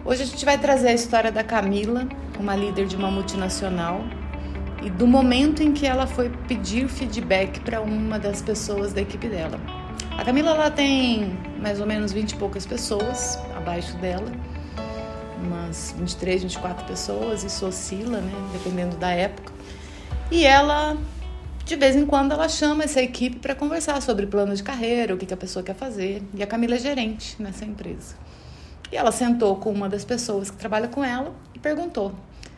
Hoje a gente vai trazer a história da Camila, uma líder de uma multinacional, e do momento em que ela foi pedir feedback para uma das pessoas da equipe dela. A Camila, ela tem mais ou menos 20 e poucas pessoas abaixo dela, umas 23, 24 pessoas, isso oscila, né, dependendo da época. E ela, de vez em quando, ela chama essa equipe para conversar sobre plano de carreira, o que a pessoa quer fazer. E a Camila é gerente nessa empresa. E ela sentou com uma das pessoas que trabalha com ela e perguntou: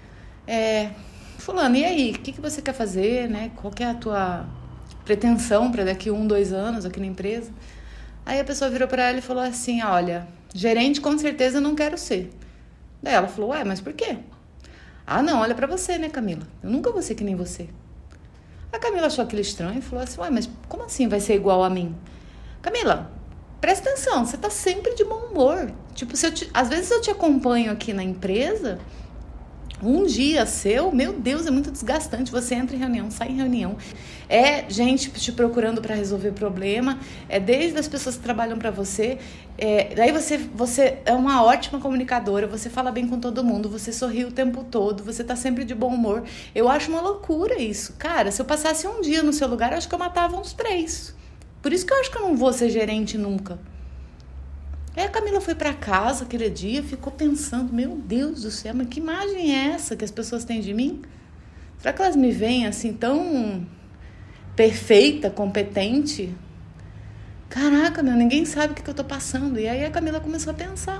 fulano, e aí, o que você quer fazer, né? Qual que é a tua pretensão para daqui 1, 2 anos aqui na empresa? Aí a pessoa virou para ela e falou assim: olha, gerente com certeza eu não quero ser. Daí ela falou: ué, mas por quê? Ah, não, olha para você, né, Camila? Eu nunca vou ser que nem você. A Camila achou aquilo estranho e falou assim: ué, mas como assim vai ser igual a mim? Camila, presta atenção, você tá sempre de bom humor. Tipo, às vezes eu te acompanho aqui na empresa, um dia seu, meu Deus, é muito desgastante. Você entra em reunião, sai em reunião. É gente te procurando para resolver problema. É desde as pessoas que trabalham para você. Daí você é uma ótima comunicadora. Você fala bem com todo mundo. Você sorri o tempo todo. Você tá sempre de bom humor. Eu acho uma loucura isso. Cara, se eu passasse um dia no seu lugar, eu acho que eu matava uns 3. Por isso que eu acho que eu não vou ser gerente nunca. Aí a Camila foi para casa aquele dia, ficou pensando: meu Deus do céu, mas que imagem é essa que as pessoas têm de mim? Será que elas me veem assim tão perfeita, competente? Caraca, ninguém sabe o que eu tô passando. E aí a Camila começou a pensar,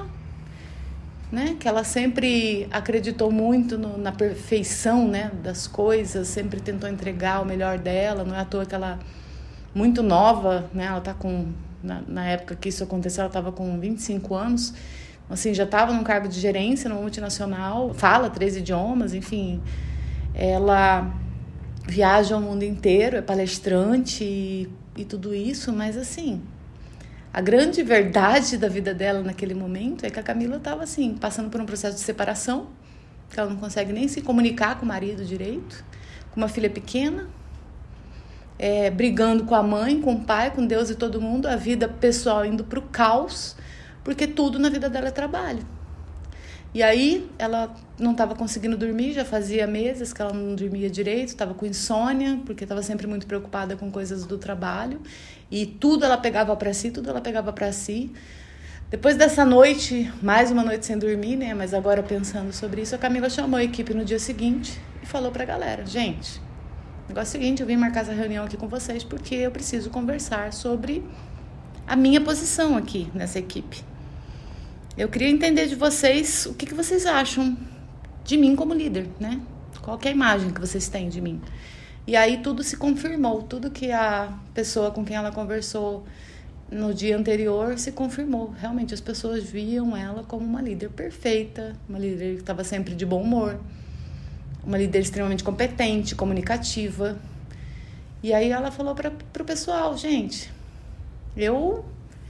né? Que ela sempre acreditou muito na perfeição, né, das coisas, sempre tentou entregar o melhor dela. Não é à toa que ela, muito nova, né, ela tá com... Na época que isso aconteceu, ela estava com 25 anos, assim, já estava num cargo de gerência numa multinacional, fala 3 idiomas, enfim. Ela viaja ao mundo inteiro, é palestrante e tudo isso, mas assim, a grande verdade da vida dela naquele momento é que a Camila estava assim, passando por um processo de separação, que ela não consegue nem se comunicar com o marido direito, com uma filha pequena, brigando com a mãe, com o pai, com Deus e todo mundo, a vida pessoal indo pro caos, porque tudo na vida dela é trabalho. E aí ela não estava conseguindo dormir, já fazia meses que ela não dormia direito, estava com insônia, porque estava sempre muito preocupada com coisas do trabalho, e tudo ela pegava para si, Depois dessa noite, mais uma noite sem dormir, né? Mas agora pensando sobre isso, a Camila chamou a equipe no dia seguinte e falou pra galera: gente, o negócio é o seguinte, eu vim marcar essa reunião aqui com vocês porque eu preciso conversar sobre a minha posição aqui nessa equipe. Eu queria entender de vocês o que vocês acham de mim como líder, né? Qual que é a imagem que vocês têm de mim? E aí tudo se confirmou, tudo que a pessoa com quem ela conversou no dia anterior se confirmou. Realmente as pessoas viam ela como uma líder perfeita, uma líder que estava sempre de bom humor, uma líder extremamente competente, comunicativa. E aí ela falou para o pessoal: gente, eu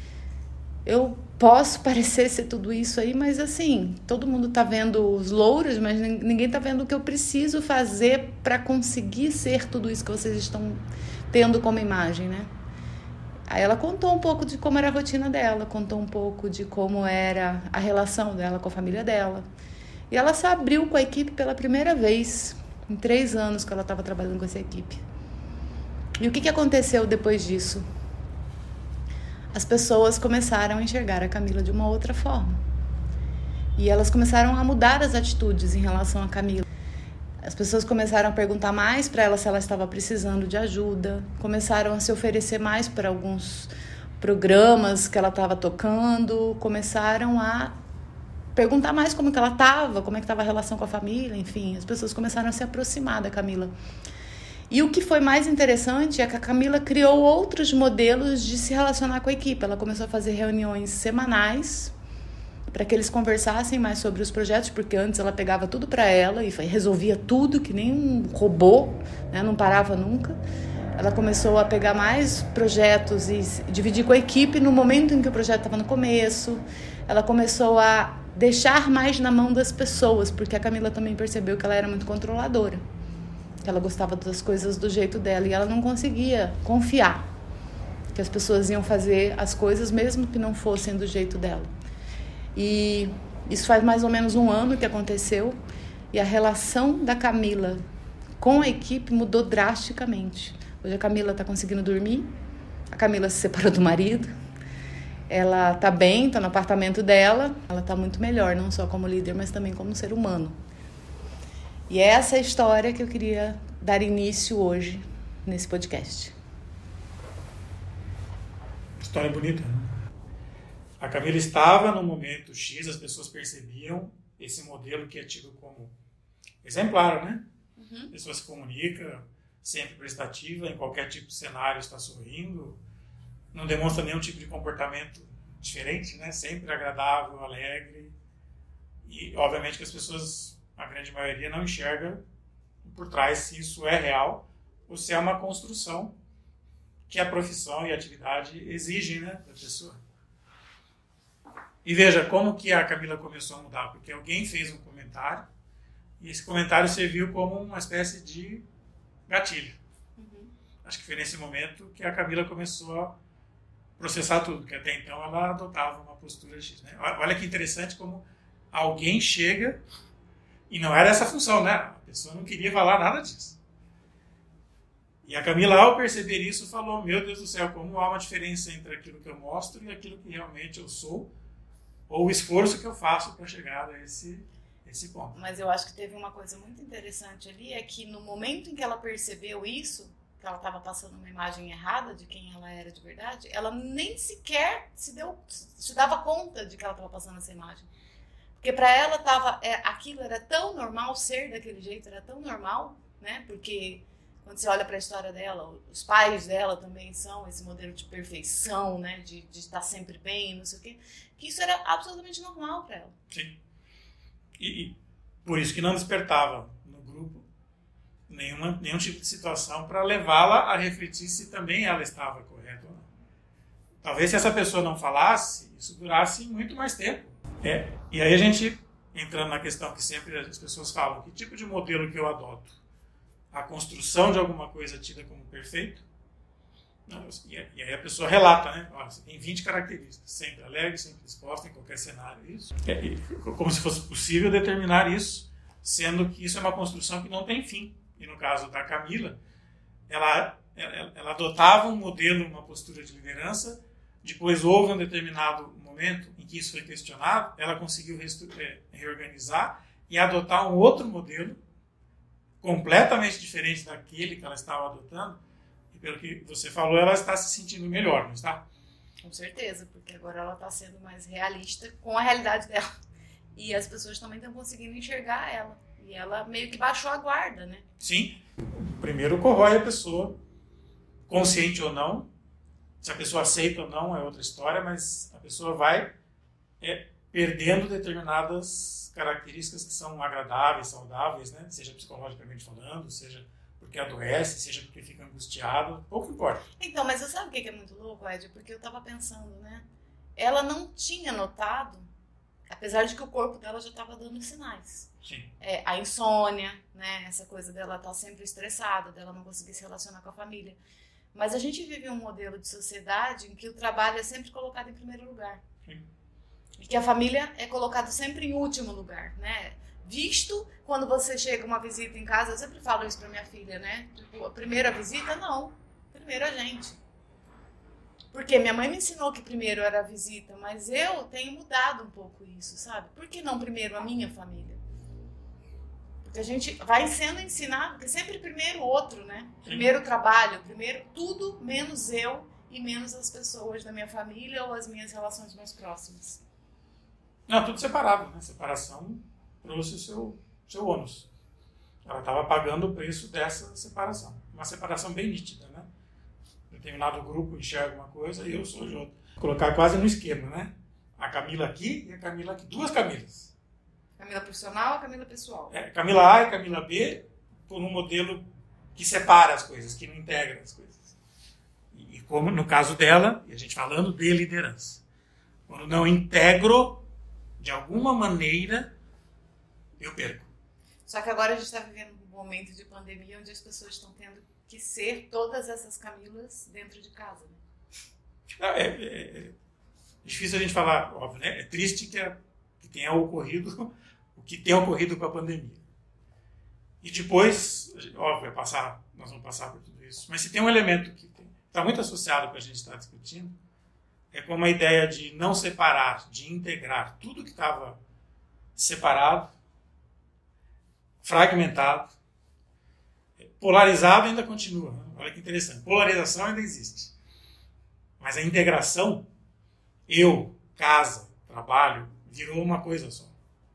posso parecer ser tudo isso aí, mas assim, todo mundo tá vendo os louros, mas ninguém tá vendo o que eu preciso fazer para conseguir ser tudo isso que vocês estão tendo como imagem, né? Aí ela contou um pouco de como era a rotina dela, contou um pouco de como era a relação dela com a família dela. E ela se abriu com a equipe pela primeira vez, em 3 anos que ela estava trabalhando com essa equipe. E o que aconteceu depois disso? As pessoas começaram a enxergar a Camila de uma outra forma. E elas começaram a mudar as atitudes em relação a Camila. As pessoas começaram a perguntar mais para ela se ela estava precisando de ajuda, começaram a se oferecer mais para alguns programas que ela estava tocando, começaram a perguntar mais como que ela estava, como é que estava a relação com a família, enfim, as pessoas começaram a se aproximar da Camila. E o que foi mais interessante é que a Camila criou outros modelos de se relacionar com a equipe. Ela começou a fazer reuniões semanais para que eles conversassem mais sobre os projetos, porque antes ela pegava tudo para ela e resolvia tudo, que nem um robô, né? Não parava nunca. Ela começou a pegar mais projetos e dividir com a equipe no momento em que o projeto estava no começo. Ela começou a deixar mais na mão das pessoas, porque a Camila também percebeu que ela era muito controladora, que ela gostava das coisas do jeito dela e ela não conseguia confiar que as pessoas iam fazer as coisas mesmo que não fossem do jeito dela. E Isso faz mais ou menos 1 ano que aconteceu e a relação da Camila com a equipe mudou drasticamente. Hoje a Camila está conseguindo dormir, a Camila se separou do marido, ela está bem, está no apartamento dela, ela está muito melhor, não só como líder, mas também como ser humano. E é essa a história que eu queria dar início hoje nesse podcast. História bonita, né? A Camila estava no momento X, as pessoas percebiam esse modelo que é tido como exemplar, né? A pessoa se comunica, sempre prestativa, em qualquer tipo de cenário está sorrindo, não demonstra nenhum tipo de comportamento diferente, né? Sempre agradável, alegre. E, obviamente, que as pessoas, a grande maioria, não enxerga por trás se isso é real ou se é uma construção que a profissão e a atividade exigem, né, da pessoa. E veja como que a Camila começou a mudar, porque alguém fez um comentário e esse comentário serviu como uma espécie de gatilho. Acho que foi nesse momento que a Camila começou a processar tudo, porque até então ela adotava uma postura X, né? Olha que interessante como alguém chega e não era essa a função, né? A pessoa não queria falar nada disso. E a Camila, ao perceber isso, falou, meu Deus do céu, como há uma diferença entre aquilo que eu mostro e aquilo que realmente eu sou, ou o esforço que eu faço para chegar a esse ponto. Mas eu acho que teve uma coisa muito interessante ali, é que no momento em que ela percebeu isso, que ela estava passando uma imagem errada de quem ela era de verdade, ela nem sequer se dava conta de que ela estava passando essa imagem. Porque para ela aquilo era tão normal, ser daquele jeito era tão normal, né? Porque quando você olha para a história dela, os pais dela também são esse modelo de perfeição, né? De estar sempre bem, não sei o quê. Que isso era absolutamente normal para ela. Sim. E por isso que não despertava no grupo nenhum tipo de situação para levá-la a refletir se também ela estava correta ou não. Talvez se essa pessoa não falasse, isso durasse muito mais tempo. E aí a gente, entrando na questão que sempre as pessoas falam, que tipo de modelo que eu adoto? A construção de alguma coisa tida como perfeito? Não, e aí a pessoa relata, né? Olha, você tem 20 características, sempre alegre, sempre disposta em qualquer cenário. Isso. Como se fosse possível determinar isso, sendo que isso é uma construção que não tem fim. E no caso da Camila, ela adotava um modelo, uma postura de liderança, depois houve um determinado momento em que isso foi questionado, ela conseguiu reorganizar e adotar um outro modelo, completamente diferente daquele que ela estava adotando, e pelo que você falou, ela está se sentindo melhor, não está? Com certeza, porque agora ela está sendo mais realista com a realidade dela. E as pessoas também estão conseguindo enxergar ela. E ela meio que baixou a guarda, né? Sim. Primeiro corrói a pessoa, consciente ou não. Se a pessoa aceita ou não é outra história, mas a pessoa vai perdendo determinadas características que são agradáveis, saudáveis, né? Seja psicologicamente falando, seja porque adoece, seja porque fica angustiado, pouco importa. Então, mas você sabe o que é muito louco, Ed? Porque eu tava pensando, né? Ela não tinha notado, apesar de que o corpo dela já estava dando sinais. Sim. A insônia, né? Essa coisa dela estar sempre estressada, dela não conseguir se relacionar com a família. Mas a gente vive um modelo de sociedade em que o trabalho é sempre colocado em primeiro lugar. Sim. E que a família é colocada sempre em último lugar, né? Visto quando você chega uma visita em casa, eu sempre falo isso pra minha filha, né? Tipo, a primeira visita, não. Primeiro a gente. Porque minha mãe me ensinou que primeiro era a visita, mas eu tenho mudado um pouco isso, sabe? Por que não primeiro a minha família? Porque a gente vai sendo ensinado que sempre primeiro o outro, né? Primeiro o trabalho, primeiro tudo, menos eu e menos as pessoas da minha família ou as minhas relações mais próximas. Não, tudo separado, né? Separação trouxe o seu ônus. Ela estava pagando o preço dessa separação. Uma separação bem nítida, né? Determinado grupo enxerga uma coisa e eu sou de outra. Colocar quase no esquema, né? A Camila aqui e a Camila aqui. Duas Camilas. Camila profissional e Camila pessoal. Camila A e Camila B por um modelo que separa as coisas, que não integra as coisas. E como no caso dela, e a gente falando de liderança. Quando não integro, de alguma maneira, eu perco. Só que agora a gente está vivendo um momento de pandemia onde as pessoas estão tendo que ser todas essas Camilas dentro de casa. Né? É difícil a gente falar, óbvio, né? É triste que que tenha ocorrido, o que tem ocorrido com a pandemia. E depois, óbvio, nós vamos passar por tudo isso. Mas se tem um elemento que está muito associado com o que a gente está discutindo, é como a ideia de não separar, de integrar tudo que estava separado, fragmentado, polarizado ainda continua. Né? Olha que interessante. Polarização ainda existe. Mas a integração, casa, trabalho, virou uma coisa só.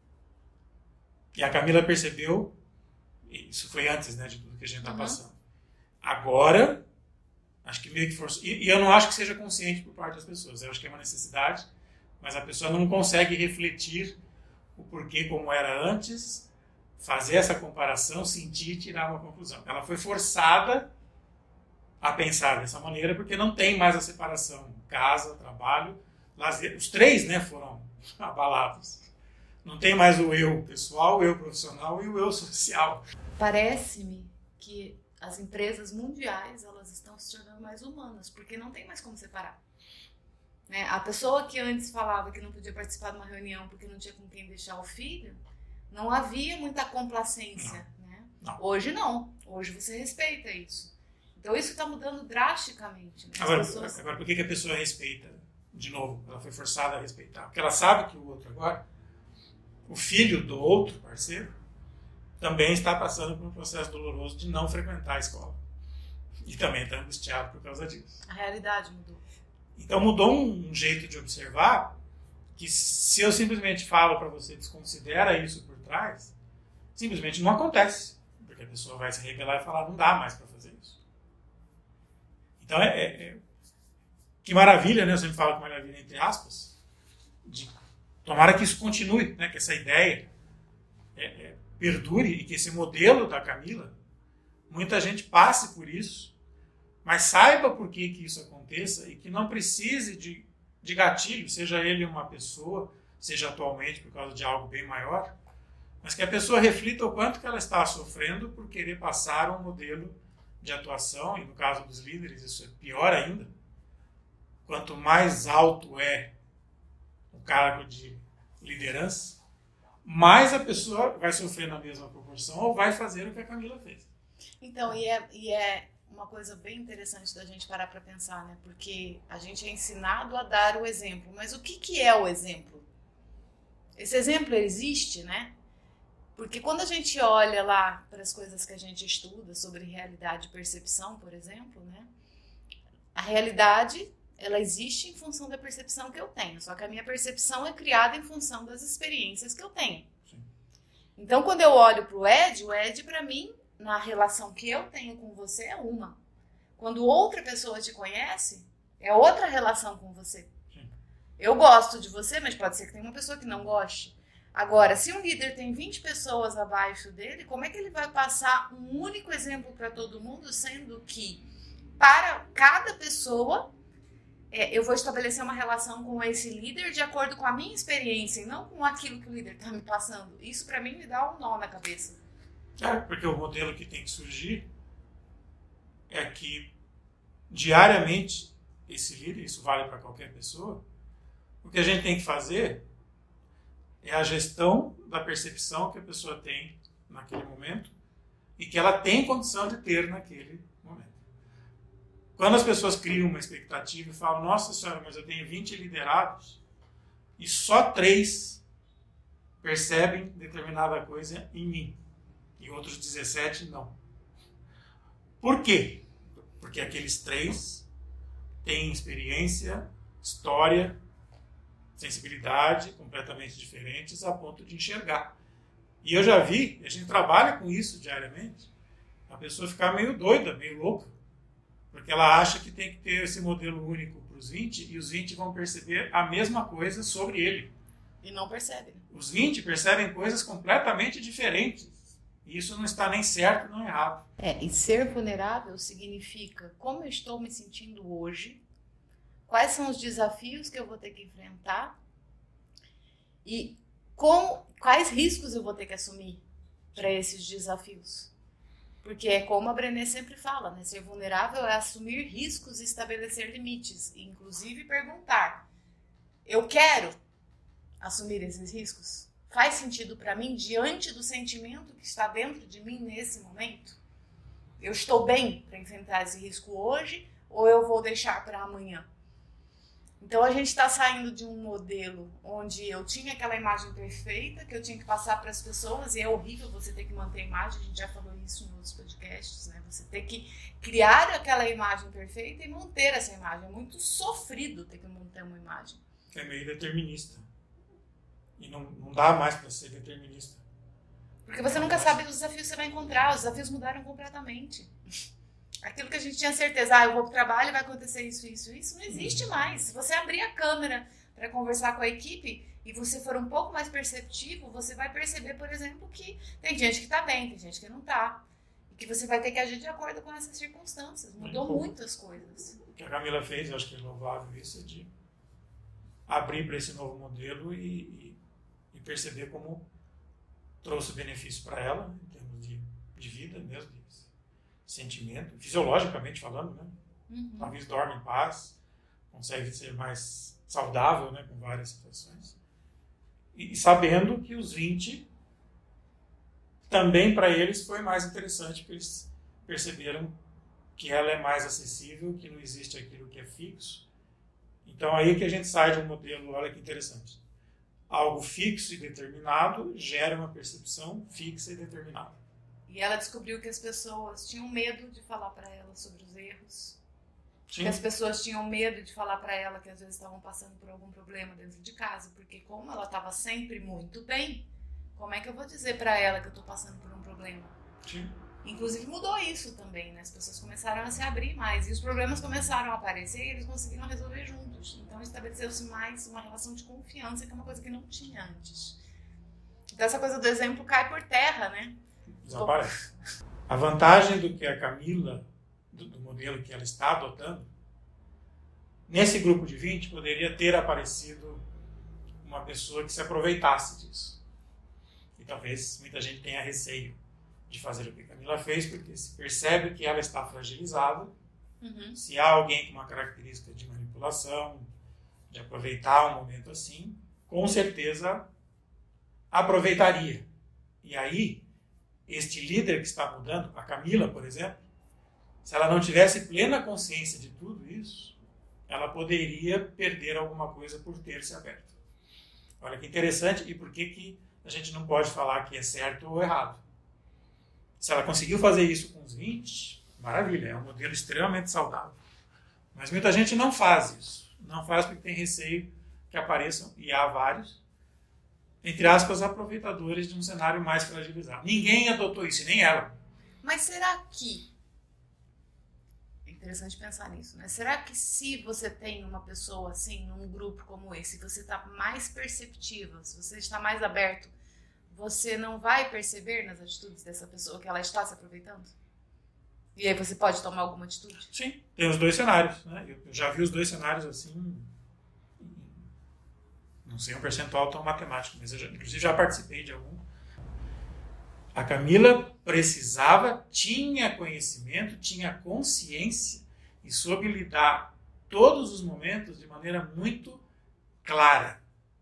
E a Camila percebeu, isso foi antes, né, de tudo que a gente está passando. Agora, acho que meio que forçou. E eu não acho que seja consciente por parte das pessoas. Eu acho que é uma necessidade, mas a pessoa não consegue refletir o porquê como era antes, fazer essa comparação, sentir e tirar uma conclusão. Ela foi forçada a pensar dessa maneira porque não tem mais a separação casa, trabalho, lazer. Os três, né, foram abalados. Não tem mais o eu pessoal, o eu profissional e o eu social. Parece-me que as empresas mundiais, elas estão se tornando mais humanas, porque não tem mais como separar. Né? A pessoa que antes falava que não podia participar de uma reunião porque não tinha com quem deixar o filho, não havia muita complacência. Né? Não. Hoje não. Hoje você respeita isso. Então isso está mudando drasticamente. Né? Agora, por que a pessoa respeita? De novo, ela foi forçada a respeitar. Porque ela sabe que o outro agora, o filho do outro parceiro, também está passando por um processo doloroso de não frequentar a escola. E também está angustiado por causa disso. A realidade mudou. Então mudou um jeito de observar que se eu simplesmente falo para você, desconsidera isso por trás, simplesmente não acontece. Porque a pessoa vai se rebelar e falar, não dá mais para fazer isso. Então que maravilha, né? Eu sempre falo que maravilha entre aspas, tomara que isso continue, né? Que essa ideia perdure e que esse modelo da Camila, muita gente passe por isso, mas saiba por que isso aconteça e que não precise de gatilho, seja ele uma pessoa, seja atualmente por causa de algo bem maior, mas que a pessoa reflita o quanto que ela está sofrendo por querer passar um modelo de atuação, e no caso dos líderes isso é pior ainda. Quanto mais alto é o cargo de liderança, mais a pessoa vai sofrer na mesma proporção ou vai fazer o que a Camila fez. Então, e é uma coisa bem interessante da gente parar para pensar, né? Porque a gente é ensinado a dar o exemplo, mas o que é o exemplo? Esse exemplo existe, né? Porque quando a gente olha lá para as coisas que a gente estuda sobre realidade e percepção, por exemplo, né? A realidade, ela existe em função da percepção que eu tenho, só que a minha percepção é criada em função das experiências que eu tenho. Sim. Então, quando eu olho para o Ed para mim, na relação que eu tenho com você é uma. Quando outra pessoa te conhece, é outra relação com você. Sim. Eu gosto de você, mas pode ser que tenha uma pessoa que não goste. Agora, se um líder tem 20 pessoas abaixo dele, como é que ele vai passar um único exemplo para todo mundo, sendo que para cada pessoa eu vou estabelecer uma relação com esse líder de acordo com a minha experiência e não com aquilo que o líder está me passando? Isso para mim me dá um nó na cabeça. Porque o modelo que tem que surgir é que diariamente esse líder, isso vale para qualquer pessoa, o que a gente tem que fazer é a gestão da percepção que a pessoa tem naquele momento e que ela tem condição de ter naquele momento. Quando as pessoas criam uma expectativa e falam, nossa senhora, mas eu tenho 20 liderados e só 3 percebem determinada coisa em mim e outros 17 não. Por quê? Porque aqueles 3 têm experiência, história, sensibilidade completamente diferentes a ponto de enxergar. E eu já vi, a gente trabalha com isso diariamente, a pessoa ficar meio doida, meio louca, porque ela acha que tem que ter esse modelo único para os 20 e os 20 vão perceber a mesma coisa sobre ele. E não percebem. Os 20 percebem coisas completamente diferentes. E isso não está nem certo, nem errado. E ser vulnerável significa como eu estou me sentindo hoje, quais são os desafios que eu vou ter que enfrentar e quais riscos eu vou ter que assumir para esses desafios. Porque é como a Brené sempre fala, né? Ser vulnerável é assumir riscos e estabelecer limites, inclusive perguntar, eu quero? assumir esses riscos? Faz sentido para mim diante do sentimento que está dentro de mim nesse momento? Eu estou bem para enfrentar esse risco hoje ou eu vou deixar para amanhã? Então a gente está saindo de um modelo onde eu tinha aquela imagem perfeita que eu tinha que passar para as pessoas, e é horrível você ter que manter a imagem, a gente já falou isso em outros podcasts, né? Você ter que criar aquela imagem perfeita e manter essa imagem. É muito sofrido ter que manter uma imagem. É meio determinista. E não dá mais para ser determinista. Porque você nunca sabe os desafios que você vai encontrar. Os desafios mudaram completamente. Aquilo que a gente tinha certeza, eu vou para o trabalho e vai acontecer isso, não existe mais. Se você abrir a câmera para conversar com a equipe e você for um pouco mais perceptivo, você vai perceber, por exemplo, que tem gente que está bem, tem gente que não está. E que você vai ter que agir de acordo com essas circunstâncias. Mudou muitas coisas. O que a Camila fez, eu acho que é louvável isso, de abrir para esse novo modelo e perceber como trouxe benefício para ela, em termos de vida mesmo, de sentimento, fisiologicamente falando, né? Talvez dorme em paz, consegue ser mais saudável, né, com várias situações. E sabendo que os 20 também para eles foi mais interessante, porque eles perceberam que ela é mais acessível, que não existe aquilo que é fixo. Então aí que a gente sai de um modelo, olha que interessante. Algo fixo e determinado gera uma percepção fixa e determinada. E ela descobriu que as pessoas tinham medo de falar para ela sobre os erros. Sim. Que as pessoas tinham medo de falar para ela que às vezes estavam passando por algum problema dentro de casa. Porque como ela estava sempre muito bem, como é que eu vou dizer para ela que eu estou passando por um problema? Sim. Inclusive mudou isso também, né? As pessoas começaram a se abrir mais. E os problemas começaram a aparecer e eles conseguiram resolver juntos. Então estabeleceu-se mais uma relação de confiança, que é uma coisa que não tinha antes. Então essa coisa do exemplo cai por terra, né? Desaparece. A vantagem do que a Camila, do modelo que ela está adotando, nesse grupo de 20 poderia ter aparecido uma pessoa que se aproveitasse disso. E talvez muita gente tenha receio de fazer o que a Camila fez, porque se percebe que ela está fragilizada. Se há alguém com uma característica de manipulação, de aproveitar um momento assim, com certeza aproveitaria. E aí, este líder que está mudando, a Camila, por exemplo, se ela não tivesse plena consciência de tudo isso, ela poderia perder alguma coisa por ter se aberto. Olha que interessante, e por que a gente não pode falar que é certo ou errado? Se ela conseguiu fazer isso com os 20, maravilha, é um modelo extremamente saudável. Mas muita gente não faz isso. Não faz porque tem receio que apareçam, e há vários, entre aspas, aproveitadores de um cenário mais fragilizado. Ninguém adotou isso, nem ela. Mas será que... É interessante pensar nisso, né? Será que se você tem uma pessoa assim, num grupo como esse, você está mais perceptiva, se você está mais aberto, você não vai perceber nas atitudes dessa pessoa que ela está se aproveitando? E aí você pode tomar alguma atitude? Sim, tem os dois cenários, né? Eu já vi os dois cenários assim, não sei um percentual tão matemático, mas eu inclusive já participei de algum. A Camila precisava, tinha conhecimento, tinha consciência e soube lidar todos os momentos de maneira muito clara.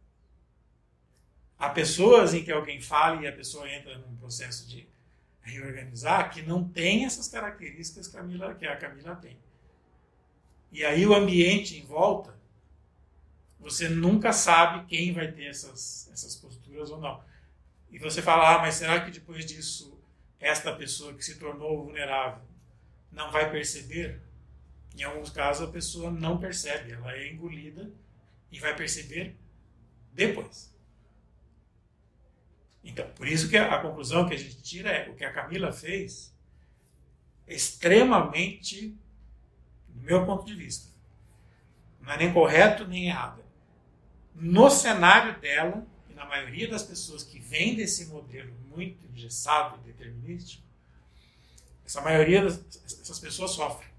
Há pessoas em que alguém fala e a pessoa entra num processo de reorganizar que não tem essas características que a Camila tem. E aí o ambiente em volta, você nunca sabe quem vai ter essas posturas ou não. E você fala, mas será que depois disso esta pessoa que se tornou vulnerável não vai perceber? Em alguns casos a pessoa não percebe, ela é engolida e vai perceber depois. Então, por isso que a conclusão que a gente tira é o que a Camila fez é extremamente, do meu ponto de vista, não é nem correto nem errado. No cenário dela, e na maioria das pessoas que vêm desse modelo muito engessado e determinístico, essa maioria dessas pessoas sofrem.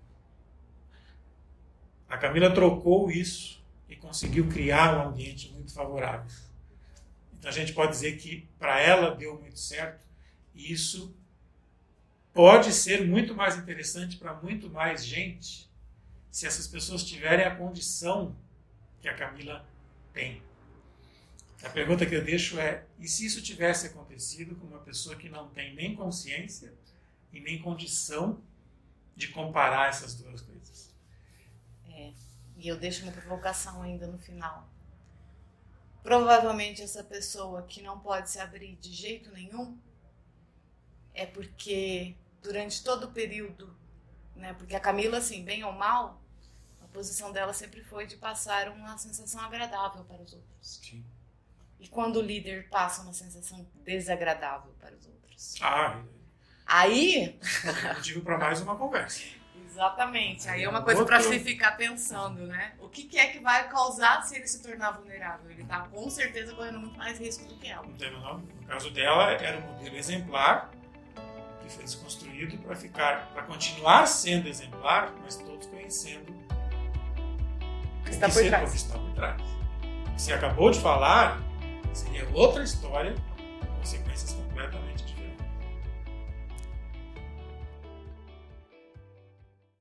A Camila trocou isso e conseguiu criar um ambiente muito favorável. Então a gente pode dizer que para ela deu muito certo, e isso pode ser muito mais interessante para muito mais gente se essas pessoas tiverem a condição que a Camila tem. A pergunta que eu deixo é, e se isso tivesse acontecido com uma pessoa que não tem nem consciência e nem condição de comparar essas duas coisas? E eu deixo uma provocação ainda no final. Provavelmente essa pessoa que não pode se abrir de jeito nenhum é porque durante todo o período, né, porque a Camila, assim, bem ou mal, a posição dela sempre foi de passar uma sensação agradável para os outros. Sim. E quando o líder passa uma sensação desagradável para os outros? Aí... eu digo para mais uma conversa. Exatamente. Aí é uma coisa para você ficar pensando, né? O que é que vai causar se ele se tornar vulnerável? Ele tá com certeza correndo muito mais risco do que ela. No caso dela, era um modelo exemplar que foi desconstruído para continuar sendo exemplar, mas todos conhecendo o que está por trás. Você acabou de falar, seria outra história, com consequências completamente diferentes.